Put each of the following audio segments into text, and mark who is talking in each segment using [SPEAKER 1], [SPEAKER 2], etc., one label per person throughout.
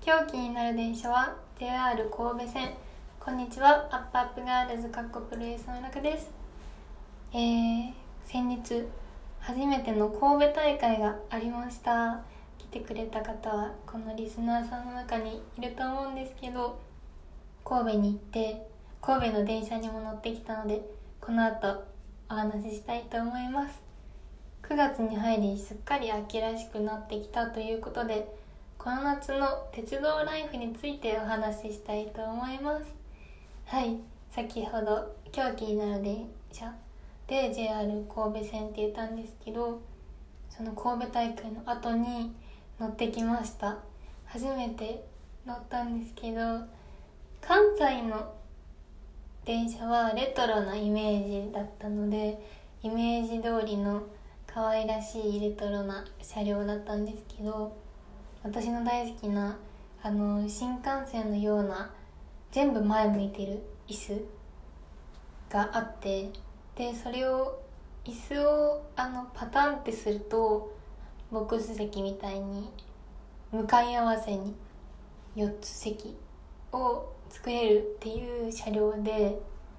[SPEAKER 1] 今日気になる電車は JR 神戸線。こんにちは、アップアップガールズプロレスの楽です。先日初めての神戸大会がありました。来てくれた方はこのリスナーさんの中にいると思うんですけど、神戸に行って神戸の電車にも乗ってきたので、この後お話ししたいと思います。9月に入りすっかり秋らしくなってきたということで、この夏の鉄道ライフについてお話ししたいと思います。はい、先ほど今日気になる電車で JR 神戸線って言ったんですけど、その神戸大会の後に乗ってきました。初めて乗ったんですけど、関西の電車はレトロなイメージだったので、イメージ通りの可愛らしいレトロな車両だったんですけど、私の大好きな新幹線のような全部前向いてる椅子があって、でそれを椅子をパタンってするとボックス席みたいに向かい合わせに4つ席を作れるっていう車両で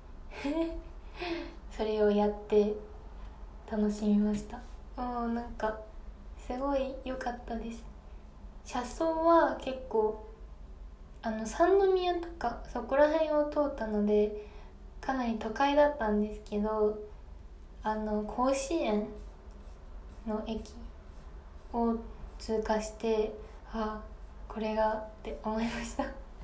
[SPEAKER 1] それをやって楽しみました。もうなんかすごい良かったです。車窓は結構三宮とかそこら辺を通ったのでかなり都会だったんですけど、甲子園の駅を通過して、これがって思いました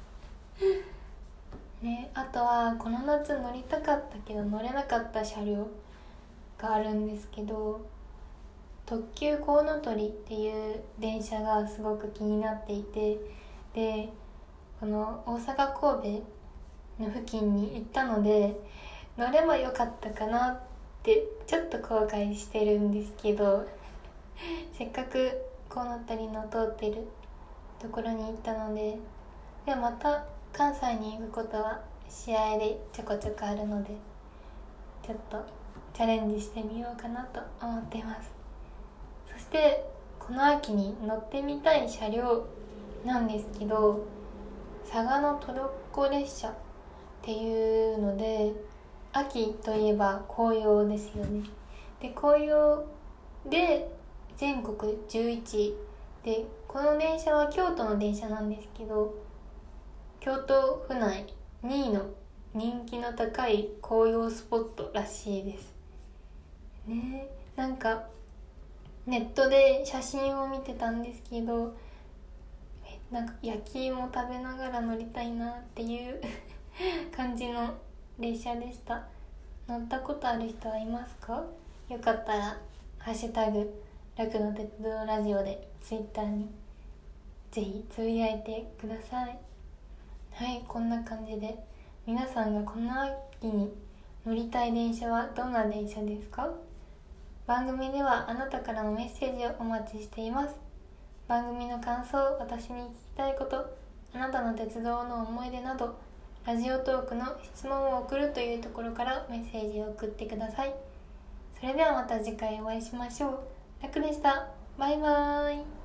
[SPEAKER 1] ね。あとはこの夏乗りたかったけど乗れなかった車両があるんですけど、特急コウノトリっていう電車がすごく気になっていて、でこの大阪神戸の付近に行ったので乗ればよかったかなってちょっと後悔してるんですけどせっかくコウノトリの通ってるところに行ったので、でまた関西に行くことは試合でちょこちょこあるので、ちょっとチャレンジしてみようかなと思っています。そしてこの秋に乗ってみたい車両なんですけど、嵯峨野トロッコ列車っていうので、秋といえば紅葉ですよね。で紅葉で全国11位で、この電車は京都の電車なんですけど、京都府内2位の人気の高い紅葉スポットらしいですね。なんかネットで写真を見てたんですけど、なんか焼き芋食べながら乗りたいなっていう感じの列車でした。乗ったことある人はいますか？よかったらハッシュタグ楽の鉄道ラジオでツイッターにぜひつぶやいてください。はい、こんな感じで皆さんがこの秋に乗りたい電車はどんな電車ですか？番組ではあなたからのメッセージをお待ちしています。番組の感想、私に聞きたいこと、あなたの鉄道の思い出など、ラジオトークの質問を送るというところからメッセージを送ってください。それではまた次回お会いしましょう。楽でした。バイバーイ。